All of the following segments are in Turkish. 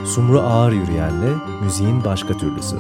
Sumru Ağır Yürüyen'le müziğin başka türlüsü.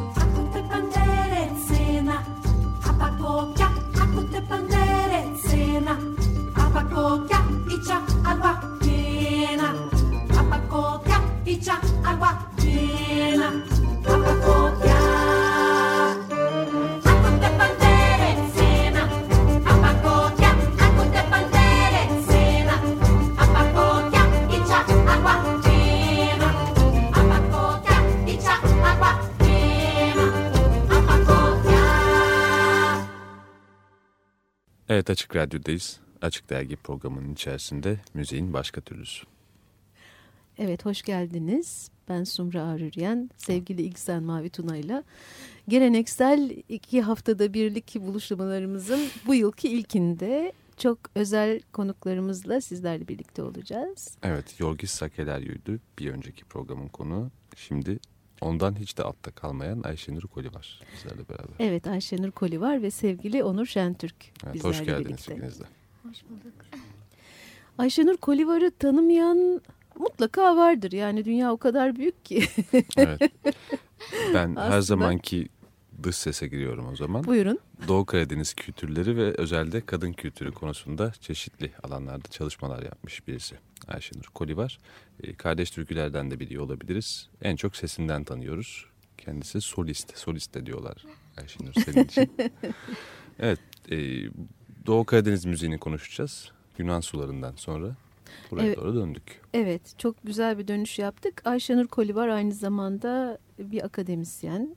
Evet, Açık Radyo'dayız. Açık Dergi programının içerisinde müziğin başka türlüsü. Evet, hoş geldiniz. Ben Sumru Ağır Yürüyen, sevgili İlksen Mavi Tuna'yla geleneksel 2 haftada birlik buluşmalarımızın bu yılki ilkinde çok özel konuklarımızla sizlerle birlikte olacağız. Evet, Yorgis Sakeleryu'ydu bir önceki programın konuğu. Şimdi ondan hiç de altta kalmayan Ayşenur Koli var bizlerle beraber. Evet, Ayşenur Koli var ve sevgili Onur Şentürk evet, bizlerle hoş geldiniz birlikte. ikiniz de. Hoş bulduk. Ayşenur Kolivar'ı tanımayan mutlaka vardır. Yani dünya o kadar büyük ki. Evet. Ben Aslında... her zamanki dış sese giriyorum o zaman. Buyurun. Doğu Karadeniz kültürleri ve özellikle kadın kültürü konusunda çeşitli alanlarda çalışmalar yapmış birisi. Ayşenur Kolivar. Kardeş türkülerden de biliyor olabiliriz. En çok sesinden tanıyoruz. Kendisi solist. Solist de diyorlar Ayşenur senin için. Evet. Doğu Karadeniz müziğini konuşacağız. Yunan sularından sonra buraya doğru döndük. Evet. Çok güzel bir dönüş yaptık. Ayşenur Kolivar aynı zamanda bir akademisyen.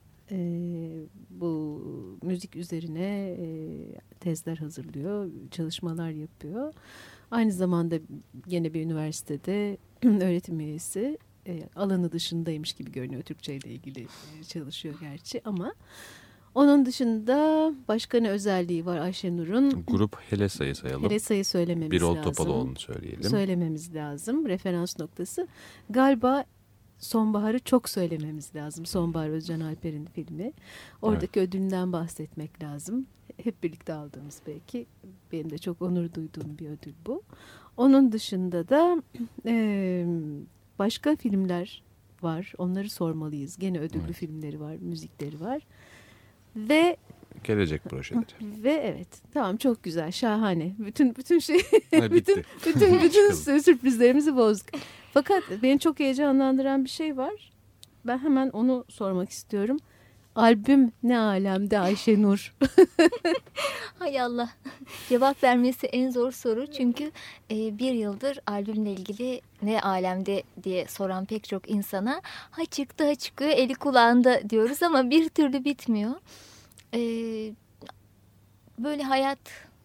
Bu müzik üzerine tezler hazırlıyor, çalışmalar yapıyor. Aynı zamanda yine bir üniversitede öğretim üyesi, alanı dışındaymış gibi görünüyor. Türkçe ile ilgili çalışıyor gerçi ama onun dışında başka ne özelliği var Ayşenur'un? Grup Helesa'yı sayalım. Helesa'yı söylememiz Birol lazım. Topaloğlu'nu söyleyelim. Söylememiz lazım. Referans noktası. Galiba Sonbahar'ı çok söylememiz lazım. Sonbahar Özcan Alper'in filmi. Oradaki ödülünden bahsetmek lazım. Hep birlikte aldığımız belki. Benim de çok onur duyduğum bir ödül bu. Onun dışında da başka filmler var. Onları sormalıyız. Gene ödüllü filmleri var, müzikleri var. Ve gelecek projeleri. Ve evet, tamam, çok güzel, şahane. Bütün şey, bitti. bütün sürprizlerimizi bozduk. Fakat beni çok heyecanlandıran bir şey var. Ben hemen onu sormak istiyorum. Albüm ne alemde Ayşenur? Hay Allah. Cevap vermesi en zor soru. Çünkü bir yıldır albümle ilgili ne alemde diye soran pek çok insana ha çıktı ha çıkıyor eli kulağında diyoruz ama bir türlü bitmiyor. Böyle hayat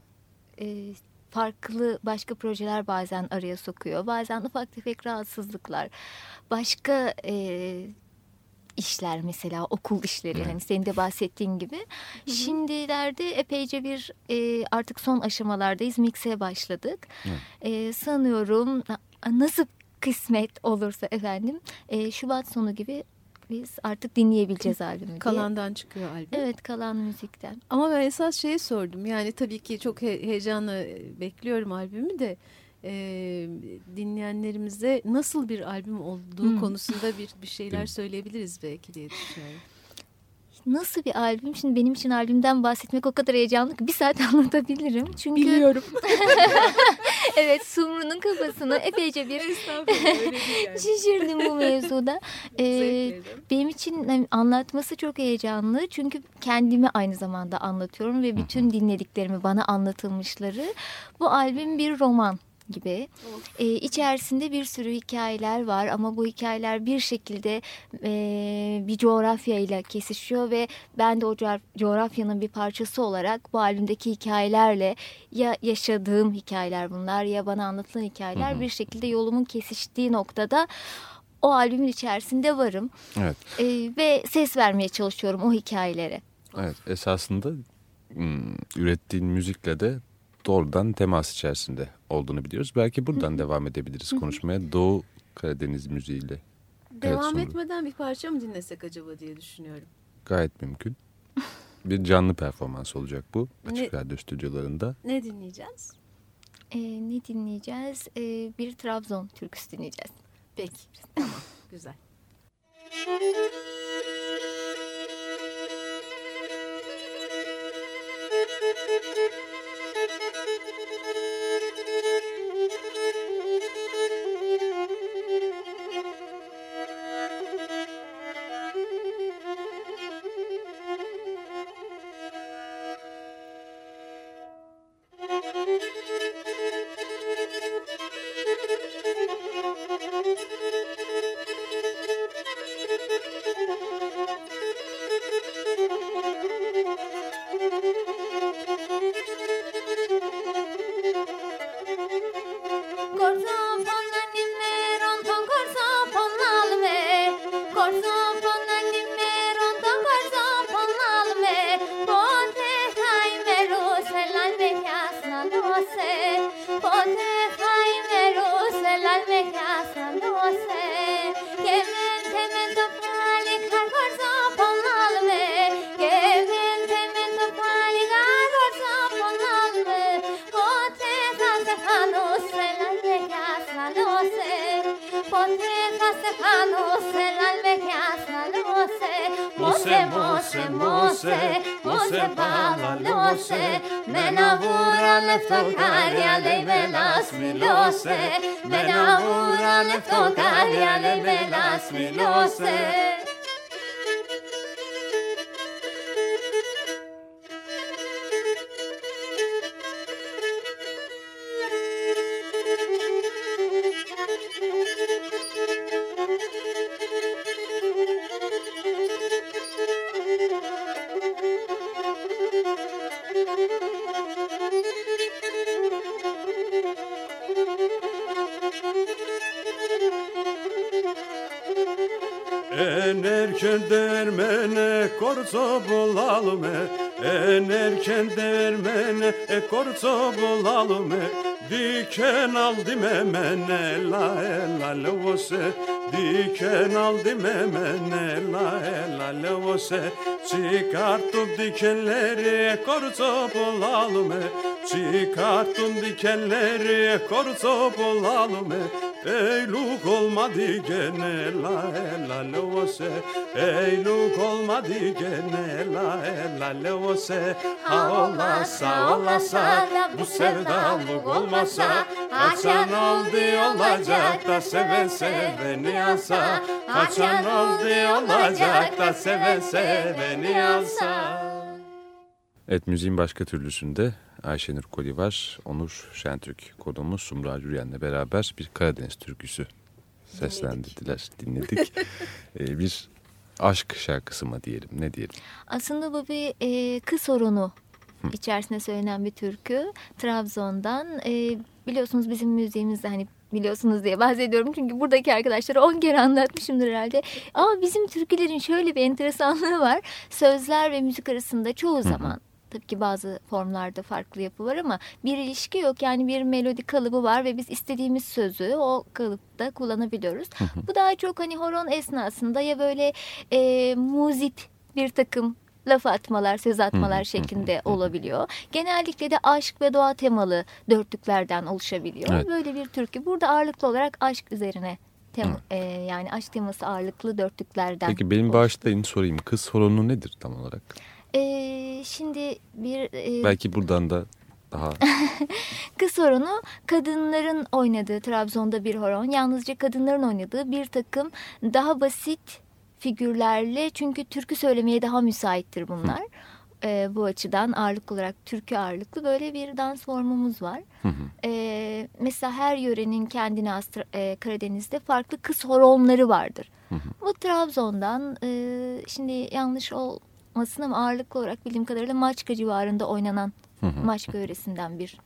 farklı başka projeler bazen araya sokuyor. Bazen ufak tefek rahatsızlıklar. Başka işler, mesela okul işleri, hani senin de bahsettiğin gibi. Hı-hı. Şimdilerde epeyce bir artık son aşamalardayız. Mix'e başladık. Sanıyorum nasıl kısmet olursa efendim Şubat sonu gibi biz artık dinleyebileceğiz albümü. Kalan'dan çıkıyor albüm. Evet, Kalan Müzik'ten. Ama ben esas şeyi sordum. Yani tabii ki çok heyecanla bekliyorum albümü de. Dinleyenlerimize nasıl bir albüm olduğu konusunda bir şeyler söyleyebiliriz belki diye düşünüyorum. Nasıl bir albüm? Şimdi benim için albümden bahsetmek o kadar heyecanlı ki bir saat anlatabilirim. Çünkü biliyorum. Evet, Sumru'nun kafasını epeyce bir şişirdim bu mevzuda. Benim için anlatması çok heyecanlı. Çünkü kendimi aynı zamanda anlatıyorum ve bütün dinlediklerimi, bana anlatılmışları. Bu albüm bir roman gibi. İçerisinde bir sürü hikayeler var ama bu hikayeler bir şekilde bir coğrafyayla kesişiyor ve ben de o coğrafyanın bir parçası olarak bu albümdeki hikayelerle, ya yaşadığım hikayeler bunlar ya bana anlatılan hikayeler, bir şekilde yolumun kesiştiği noktada o albümün içerisinde varım. Evet. Ve ses vermeye çalışıyorum o hikayelere. Evet, esasında ürettiğin müzikle de doğrudan temas içerisinde olduğunu biliyoruz. Belki buradan devam edebiliriz konuşmaya. Doğu Karadeniz müziğiyle. Devam etmeden bir parça mı dinlesek acaba diye düşünüyorum. Gayet mümkün. Bir canlı performans olacak bu. Açık Radyo stüdyolarında. Ne dinleyeceğiz? Ne dinleyeceğiz? Bir Trabzon türküsü dinleyeceğiz. Peki. Tamam. Güzel. Mose pala lose, menavura leftokaria le velas milose, menavura leftokaria le velas milose. En erken dermene korso bulalım en erken dermene korso bulalım diken aldım hemen ela ela levose diken aldım hemen ela ela levose çıkarttım dikenleri korso bulalım çıkarttım dikenleri korso bulalım Eyluk olmadı gene la la levose Eyluk olmadı gene la la levose Ha olasa bu sevdalık olmasa Kaçan oldu olacak da seven seveni alsa Kaçan oldu olacak da seven seveni alsa. Evet, müziğin başka türlüsünde Ayşenur Kolivar, Onur Şentürk konuğumuz Sumru Yürüyen'le beraber bir Karadeniz türküsü seslendirdiler, dinledik. Bir aşk şarkısı mı diyelim, ne diyelim? Aslında bu bir kız sorunu içerisinde söylenen bir türkü. Trabzon'dan biliyorsunuz bizim müziğimizde hani biliyorsunuz diye bahsediyorum. Çünkü buradaki arkadaşlara 10 kere anlatmışımdır herhalde. Ama bizim türkülerin şöyle bir enteresanlığı var. Sözler ve müzik arasında çoğu zaman tabii ki bazı formlarda farklı yapı var ama bir ilişki yok. Yani bir melodi kalıbı var ve biz istediğimiz sözü o kalıpta kullanabiliyoruz. Bu daha çok hani horon esnasında ya böyle muzip bir takım laf atmalar, söz atmalar şeklinde olabiliyor. Genellikle de aşk ve doğa temalı dörtlüklerden oluşabiliyor. Evet. Böyle bir türkü. Burada ağırlıklı olarak aşk üzerine yani aşk teması ağırlıklı dörtlüklerden. Peki benim bağışlayın sorayım. Kız horonu nedir tam olarak? Şimdi bir... Belki buradan da daha... Kız horonu kadınların oynadığı, Trabzon'da bir horon. Yalnızca kadınların oynadığı bir takım daha basit figürlerle, çünkü türkü söylemeye daha müsaittir bunlar. Bu açıdan ağırlık olarak türkü ağırlıklı böyle bir dans formumuz var. Mesela her yörenin kendine has Karadeniz'de farklı kız horonları vardır. Bu Trabzon'dan şimdi yanlış olmasın ama ağırlıklı olarak bildiğim kadarıyla Maçka civarında oynanan Maçka yöresinden bir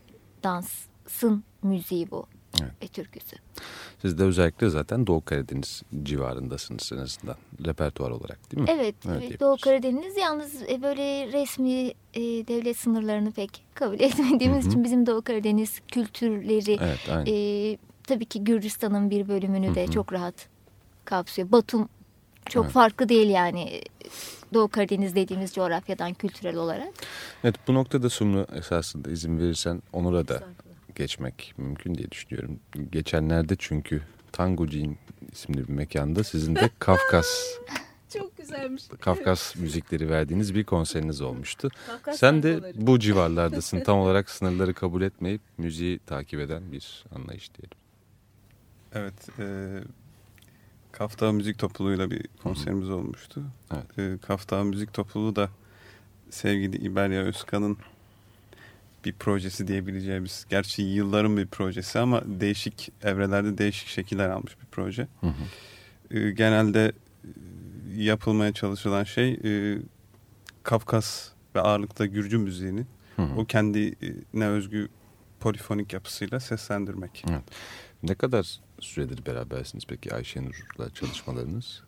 dansın müziği bu. Evet. Türküsü. Siz de özellikle zaten Doğu Karadeniz civarındasınız en azından repertuar olarak, değil mi? Evet, evet, Doğu Karadeniz. Yalnız böyle resmi devlet sınırlarını pek kabul etmediğimiz için bizim Doğu Karadeniz kültürleri tabii ki Gürcistan'ın bir bölümünü de çok rahat kapsıyor. Batum çok farklı değil yani Doğu Karadeniz dediğimiz coğrafyadan kültürel olarak. Evet, bu noktada Sumru esasında izin verirsen Onur'a da geçmek mümkün diye düşünüyorum. Geçenlerde çünkü Tangocin isimli bir mekanda sizin de Kafkas Çok güzelmiş. Kafkas müzikleri verdiğiniz bir konseriniz olmuştu. Kafkas Sen de tangoları. bu civarlardasın. Tam olarak sınırları kabul etmeyip müziği takip eden bir anlayış diyelim. Evet, Kafdağ Müzik Topluluğu'yla bir konserimiz olmuştu. Evet. Kafdağ Müzik Topluluğu da sevgili İberya Özkan'ın bir projesi diyebileceğimiz, gerçi yılların bir projesi ama değişik evrelerde değişik şekiller almış bir proje. Hı hı. Genelde yapılmaya çalışılan şey Kafkas ve ağırlıkta Gürcü müziğini Hı hı. o kendine özgü polifonik yapısıyla seslendirmek. Evet. Ne kadar süredir berabersiniz peki Ayşenur'la çalışmalarınız?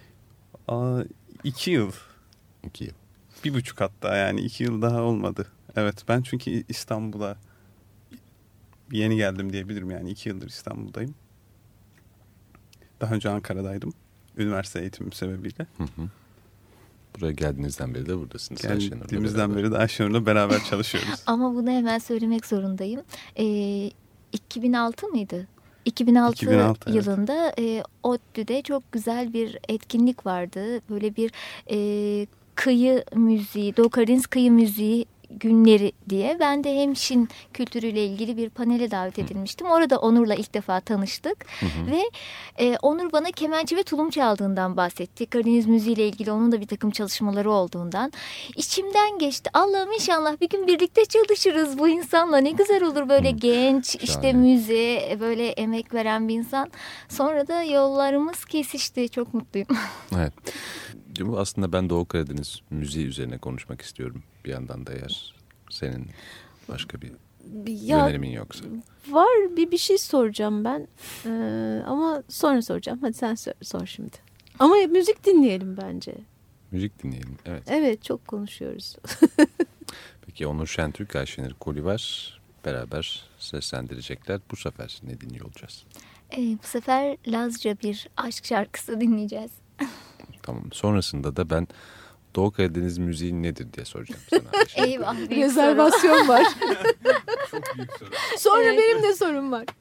2 yıl. 2 yıl. 1,5 hatta, yani 2 yıl daha olmadı. Evet, ben çünkü İstanbul'a yeni geldim diyebilirim, yani 2 yıldır İstanbul'dayım. Daha önce Ankara'daydım üniversite eğitimim sebebiyle. Hı hı. Buraya geldiğinizden beri de buradasınız Ayşenur'la Geldiğimizden beraber. beri de Ayşenur'la beraber çalışıyoruz. Ama bunu hemen söylemek zorundayım. 2006 mıydı? 2006 evet. yılında ODTÜ'de çok güzel bir etkinlik vardı. Böyle bir kıyı müziği, Doğu Karadeniz kıyı müziği günleri diye. Ben de hem Şin kültürüyle ilgili bir panele davet edilmiştim. Orada Onur'la ilk defa tanıştık. Hı hı. Ve Onur bana kemençe ve tulum çaldığından bahsetti. Karadeniz müziğiyle ilgili onun da bir takım çalışmaları olduğundan. İçimden geçti. Allah'ım inşallah bir gün birlikte çalışırız bu insanla. Ne güzel olur böyle genç, işte müziğe böyle emek veren bir insan. Sonra da yollarımız kesişti. Çok mutluyum. Evet. Bu aslında ben Doğu Karadeniz müziği üzerine konuşmak istiyorum. Bir yandan da eğer senin başka bir önerimin yoksa. Var, bir şey soracağım ben. Ama sonra soracağım. Hadi sen sor şimdi. Ama müzik dinleyelim bence. Müzik dinleyelim. Evet. Evet, çok konuşuyoruz. Peki Onur Şentürk, Ayşenur Kolivar beraber seslendirecekler. Bu sefer ne dinliyor olacağız? Bu sefer Lazca bir aşk şarkısı dinleyeceğiz. Tamam. Sonrasında da ben Doğu Karadeniz müziği nedir diye soracağım sana Ayşenur. Eyvah, büyük Rezervasyon var. Çok büyük soru. Sonra Evet. benim de sorum var.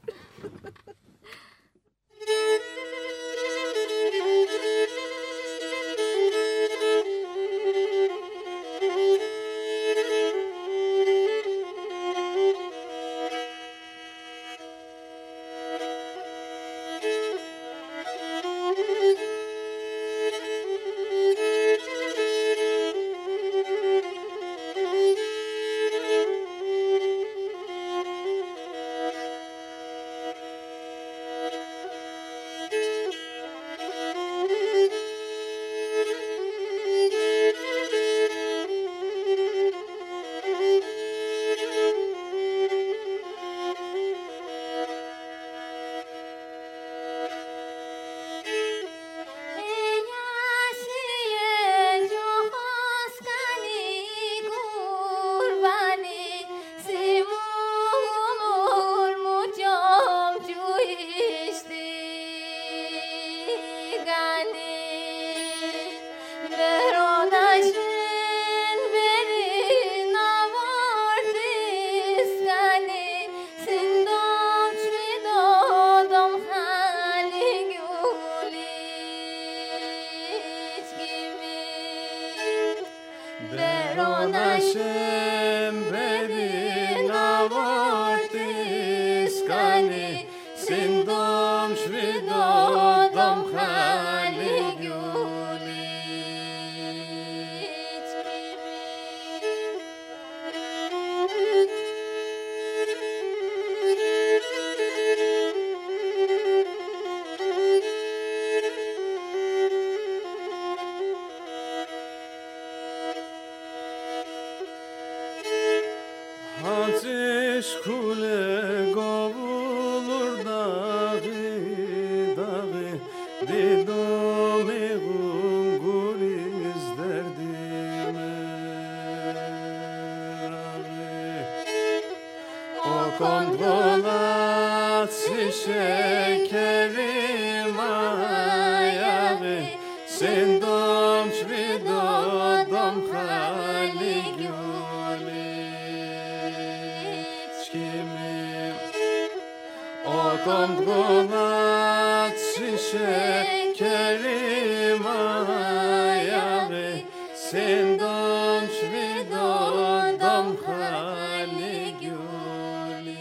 şekerim ayağı senden çvidodam hali gülü.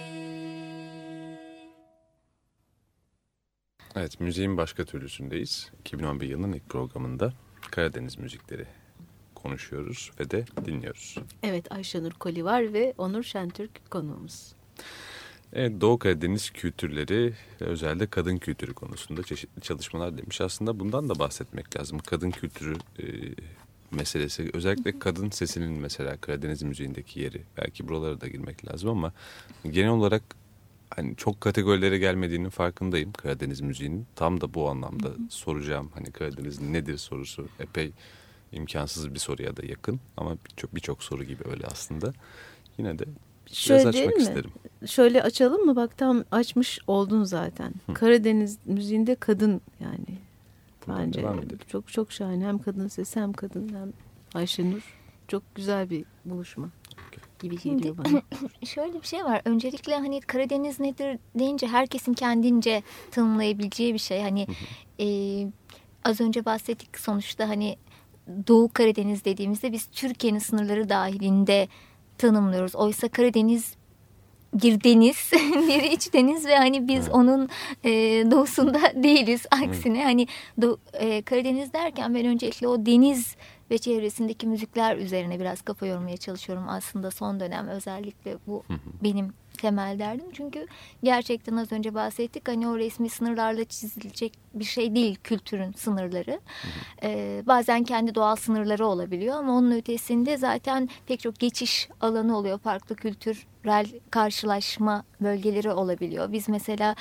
Evet, müziğin başka türlüsündeyiz. 2011 yılının ilk programında Karadeniz müzikleri konuşuyoruz ve de dinliyoruz. Evet, Ayşenur Kolivar ve Onur Şentürk konuğumuz. Evet, Doğu Karadeniz kültürleri ve özellikle kadın kültürü konusunda çeşitli çalışmalar demiş. Aslında bundan da bahsetmek lazım. Kadın kültürü meselesi, özellikle kadın sesinin mesela Karadeniz müziğindeki yeri. Belki buralara da girmek lazım ama genel olarak hani çok kategorilere gelmediğinin farkındayım Karadeniz müziğinin. Tam da bu anlamda soracağım, hani Karadeniz nedir sorusu epey imkansız bir soruya da yakın ama birçok soru gibi öyle aslında. Yine de biraz açmak isterim. Şöyle açalım mı? Bak tam açmış oldun zaten. Karadeniz müziğinde kadın yani. Buradan bence çok şahane. Hem kadın sesi hem kadın hem Ayşenur. Çok güzel bir buluşma gibi geliyor bana. Şöyle bir şey var. Öncelikle hani Karadeniz nedir deyince herkesin kendince tanımlayabileceği bir şey. Hani az önce bahsettik sonuçta hani Doğu Karadeniz dediğimizde biz Türkiye'nin sınırları dahilinde tanımlıyoruz. Oysa Karadeniz bir deniz, bir iç deniz ve hani biz onun doğusunda değiliz. Aksine hani Karadeniz derken ben öncelikle o deniz ve çevresindeki müzikler üzerine biraz kafa yormaya çalışıyorum. Aslında son dönem özellikle bu benim temel derdim. Çünkü gerçekten az önce bahsettik hani o resmi sınırlarla çizilecek bir şey değil kültürün sınırları. Bazen kendi doğal sınırları olabiliyor ama onun ötesinde zaten pek çok geçiş alanı oluyor. Farklı kültürel karşılaşma bölgeleri olabiliyor. Biz mesela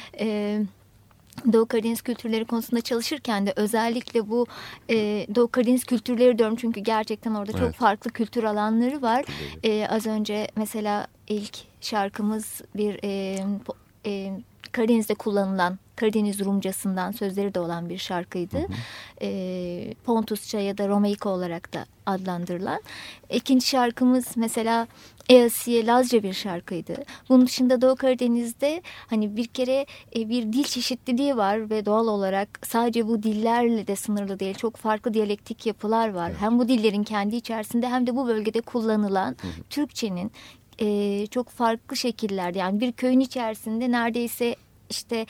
Doğu Karadeniz kültürleri konusunda çalışırken de özellikle bu Doğu Karadeniz kültürleri diyorum çünkü gerçekten orada çok farklı kültür alanları var. Az önce mesela ilk şarkımız bir Karadeniz'de kullanılan Karadeniz Rumcasından sözleri de olan bir şarkıydı. Pontusça ya da Romeika olarak da adlandırılan. İkinci şarkımız mesela Easiye Lazca bir şarkıydı. Bunun dışında Doğu Karadeniz'de hani bir kere bir dil çeşitliliği var ve doğal olarak sadece bu dillerle de sınırlı değil. Çok farklı diyalektik yapılar var. Hem bu dillerin kendi içerisinde hem de bu bölgede kullanılan Türkçenin çok farklı şekillerde yani bir köyün içerisinde neredeyse işte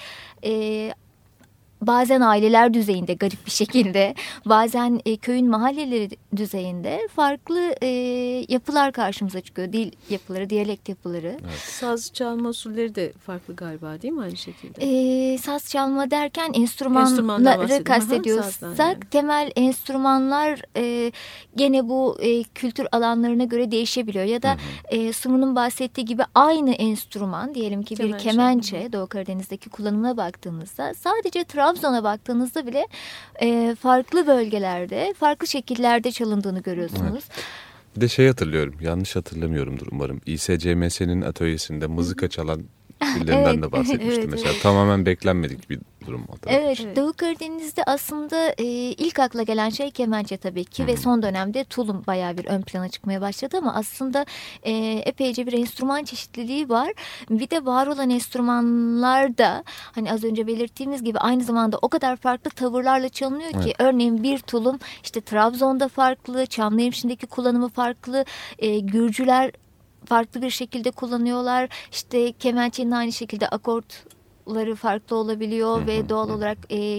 bazen aileler düzeyinde garip bir şekilde bazen köyün mahalleleri düzeyinde farklı yapılar karşımıza çıkıyor. Dil yapıları, diyalekt yapıları. Evet. Saz çalma usulleri de farklı galiba değil mi aynı şekilde? Saz çalma derken enstrümanları kastediyorsak yani. Temel enstrümanlar gene bu kültür alanlarına göre değişebiliyor. Ya da Sumru'nun bahsettiği gibi aynı enstrüman diyelim ki bir kemençe Doğu Karadeniz'deki kullanımına baktığımızda sadece Trabzon'a baktığınızda bile farklı bölgelerde, farklı şekillerde çalındığını görüyorsunuz. Evet. Bir de şey hatırlıyorum, yanlış hatırlamıyorumdur umarım. İSCMS'nin atölyesinde mızıka çalan türlerinden de bahsetmişti. Mesela tamamen beklenmedik bir durum. Evet, Doğu Karadeniz'de aslında ilk akla gelen şey kemençe tabii ki ve son dönemde tulum bayağı bir ön plana çıkmaya başladı ama aslında epeyce bir enstrüman çeşitliliği var. Bir de var olan enstrümanlar da hani az önce belirttiğimiz gibi aynı zamanda o kadar farklı tavırlarla çalınıyor ki örneğin bir tulum işte Trabzon'da farklı, Çamlıhemşin'deki kullanımı farklı, Gürcüler farklı bir şekilde kullanıyorlar. İşte kemençenin aynı şekilde akortları farklı olabiliyor ve doğal olarak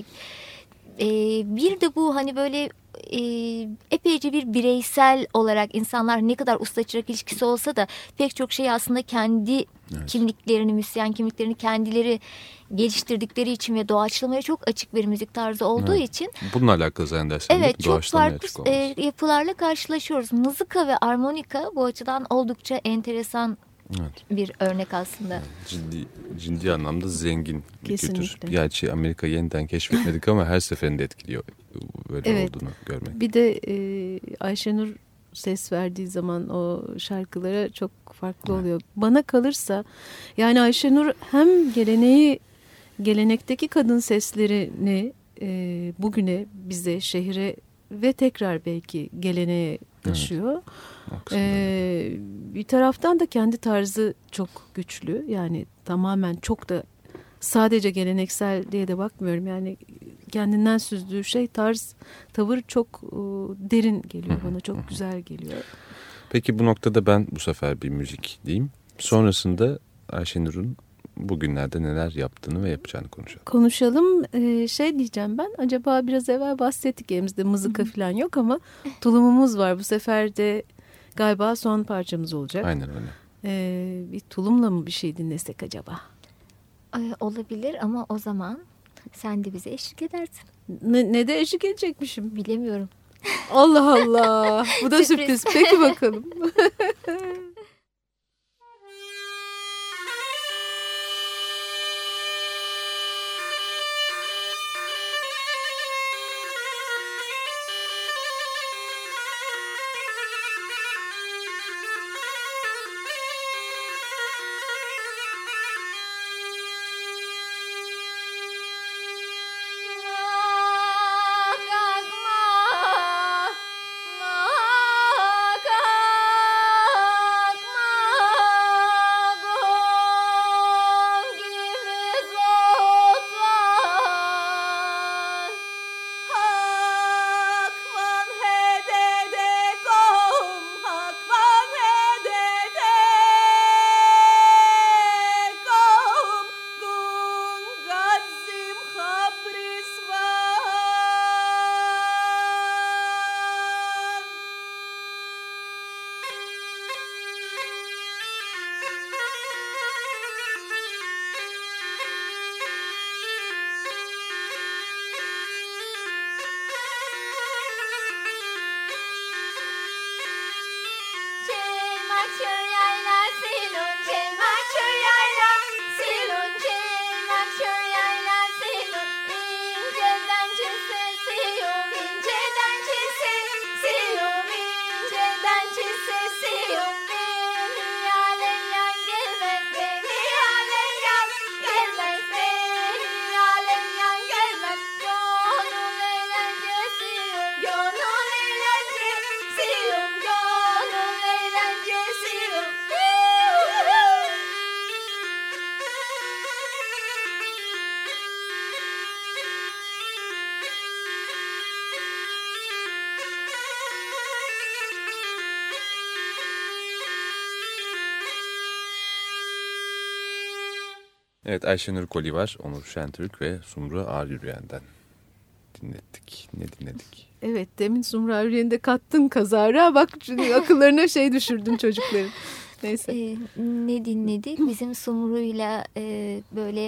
bir de bu hani böyle epeyce bir bireysel olarak insanlar ne kadar usta çırak ilişkisi olsa da pek çok şey aslında kendi kimliklerini, müzisyen kimliklerini kendileri geliştirdikleri için ve doğaçlamaya çok açık bir müzik tarzı olduğu için. Bununla alakalı zannedersem. Evet, çok farklı yapılarla karşılaşıyoruz. Mızıka ve armonika bu açıdan oldukça enteresan bir örnek aslında. Ciddi anlamda zengin bir Kesinlikle. kültür. Gerçi Amerika yeniden keşfetmedik ama her seferinde etkiliyor böyle olduğunu görmek. Bir de Ayşenur ses verdiği zaman o şarkılara çok farklı oluyor. Bana kalırsa yani Ayşenur hem gelenekteki kadın seslerini bugüne bize, şehre ve tekrar belki geleneğe taşıyor. Bir taraftan da kendi tarzı çok güçlü. Yani tamamen çok da sadece geleneksel diye de bakmıyorum. Yani kendinden süzdüğü şey, tavır çok derin geliyor bana, çok güzel geliyor. Peki bu noktada ben bu sefer bir müzik diyeyim. Sonrasında Ayşenur'un bugünlerde neler yaptığını ve yapacağını konuşalım. Konuşalım. Şey diyeceğim ben, acaba biraz evvel bahsettik, elimizde mızıka falan yok ama tulumumuz var. Bu sefer de galiba son parçamız olacak. Aynen öyle. Bir tulumla mı bir şey dinlesek acaba? Olabilir ama o zaman sen de bize eşlik edersin. Ne de eşlik edecekmişim. Bilemiyorum. Allah Allah. Bu da sürpriz. Peki bakalım. Evet, Ayşenur Kolivar, Onur Şentürk ve Sumru Ağryürüyen'den dinlettik. Ne dinledik? Evet, demin Sumru Ağryürüyen'i kattın kazara. Bak akıllarına şey düşürdün çocukların. Neyse. Ne dinledik? Bizim Sumru'yla böyle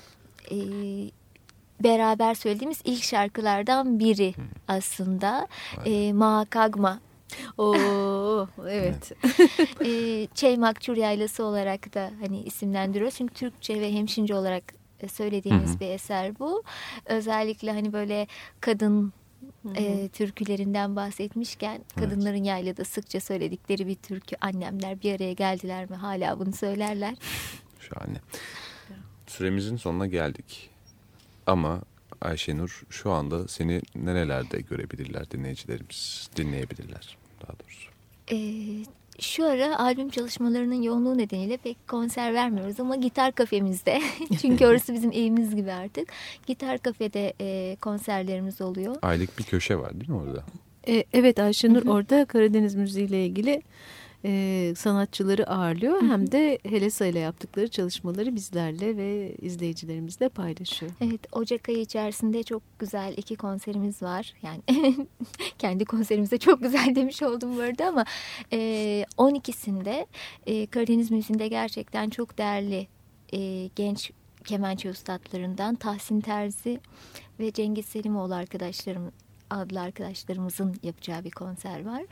beraber söylediğimiz ilk şarkılardan biri aslında. Maakagma. Oo, evet. Çeymak Çur Yaylası olarak da hani isimlendiriyoruz. Çünkü Türkçe ve hemşince olarak söylediğimiz bir eser bu. Özellikle hani böyle kadın türkülerinden bahsetmişken kadınların yaylada sıkça söyledikleri bir türkü. Annemler bir araya geldiler mi hala bunu söylerler. Şahane. Süremizin sonuna geldik. Ama Ayşenur, şu anda seni nerelerde görebilirler dinleyicilerimiz, dinleyebilirler daha doğrusu? Şu ara albüm çalışmalarının yoğunluğu nedeniyle pek konser vermiyoruz ama Gitar Kafemizde, çünkü orası bizim evimiz gibi artık. Gitar Kafede konserlerimiz oluyor. Aylık bir köşe var değil mi orada? Evet, Ayşenur orada Karadeniz müziğiyle ilgili sanatçıları ağırlıyor. Hem de Helesa ile yaptıkları çalışmaları bizlerle ve izleyicilerimizle paylaşıyor. Evet, Ocak ayı içerisinde çok güzel 2 konserimiz var. Yani kendi konserimize çok güzel demiş oldum bu arada ama 12'sinde Karadeniz müziğinde gerçekten çok değerli genç kemençe üstadlarından Tahsin Terzi ve Cengiz Selimoğlu adlı arkadaşlarımızın yapacağı bir konser var.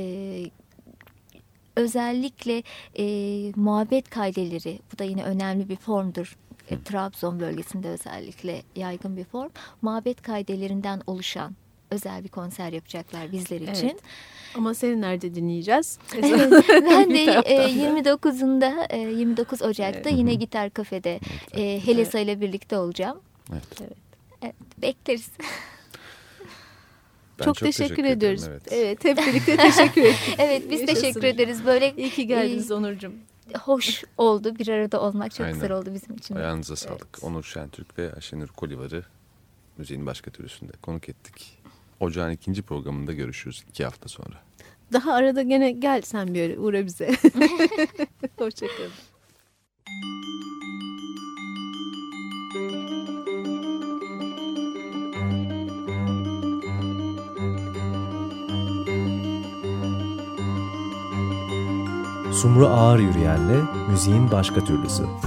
Özellikle muhabbet kaideleri, bu da yine önemli bir formdur. Trabzon bölgesinde özellikle yaygın bir form. Muhabbet kaidelerinden oluşan özel bir konser yapacaklar bizler için. Evet. Ama seni nerede dinleyeceğiz? Ben de 29 Ocak'ta yine Gitar Kafede Helesa ile birlikte olacağım. Evet, bekleriz. Çok teşekkür ediyoruz. Evet, hep birlikte teşekkür ederiz. Evet, biz teşekkür ederiz. Böyle İyi ki geldiniz Onurcuğum. Hoş oldu, bir arada olmak çok güzel oldu bizim için. Ayağınıza sağlık. Evet. Onur Şentürk ve Ayşenur Kolivar'ı Müziğin Başka Türlüsü'nde konuk ettik. Ocağın 2. programında görüşürüz 2 hafta sonra. Daha arada gene gel sen bir yere, uğra bize. Hoşçakalın. Sumru Ağır Yürüyen'le Müziğin Başka Türlüsü.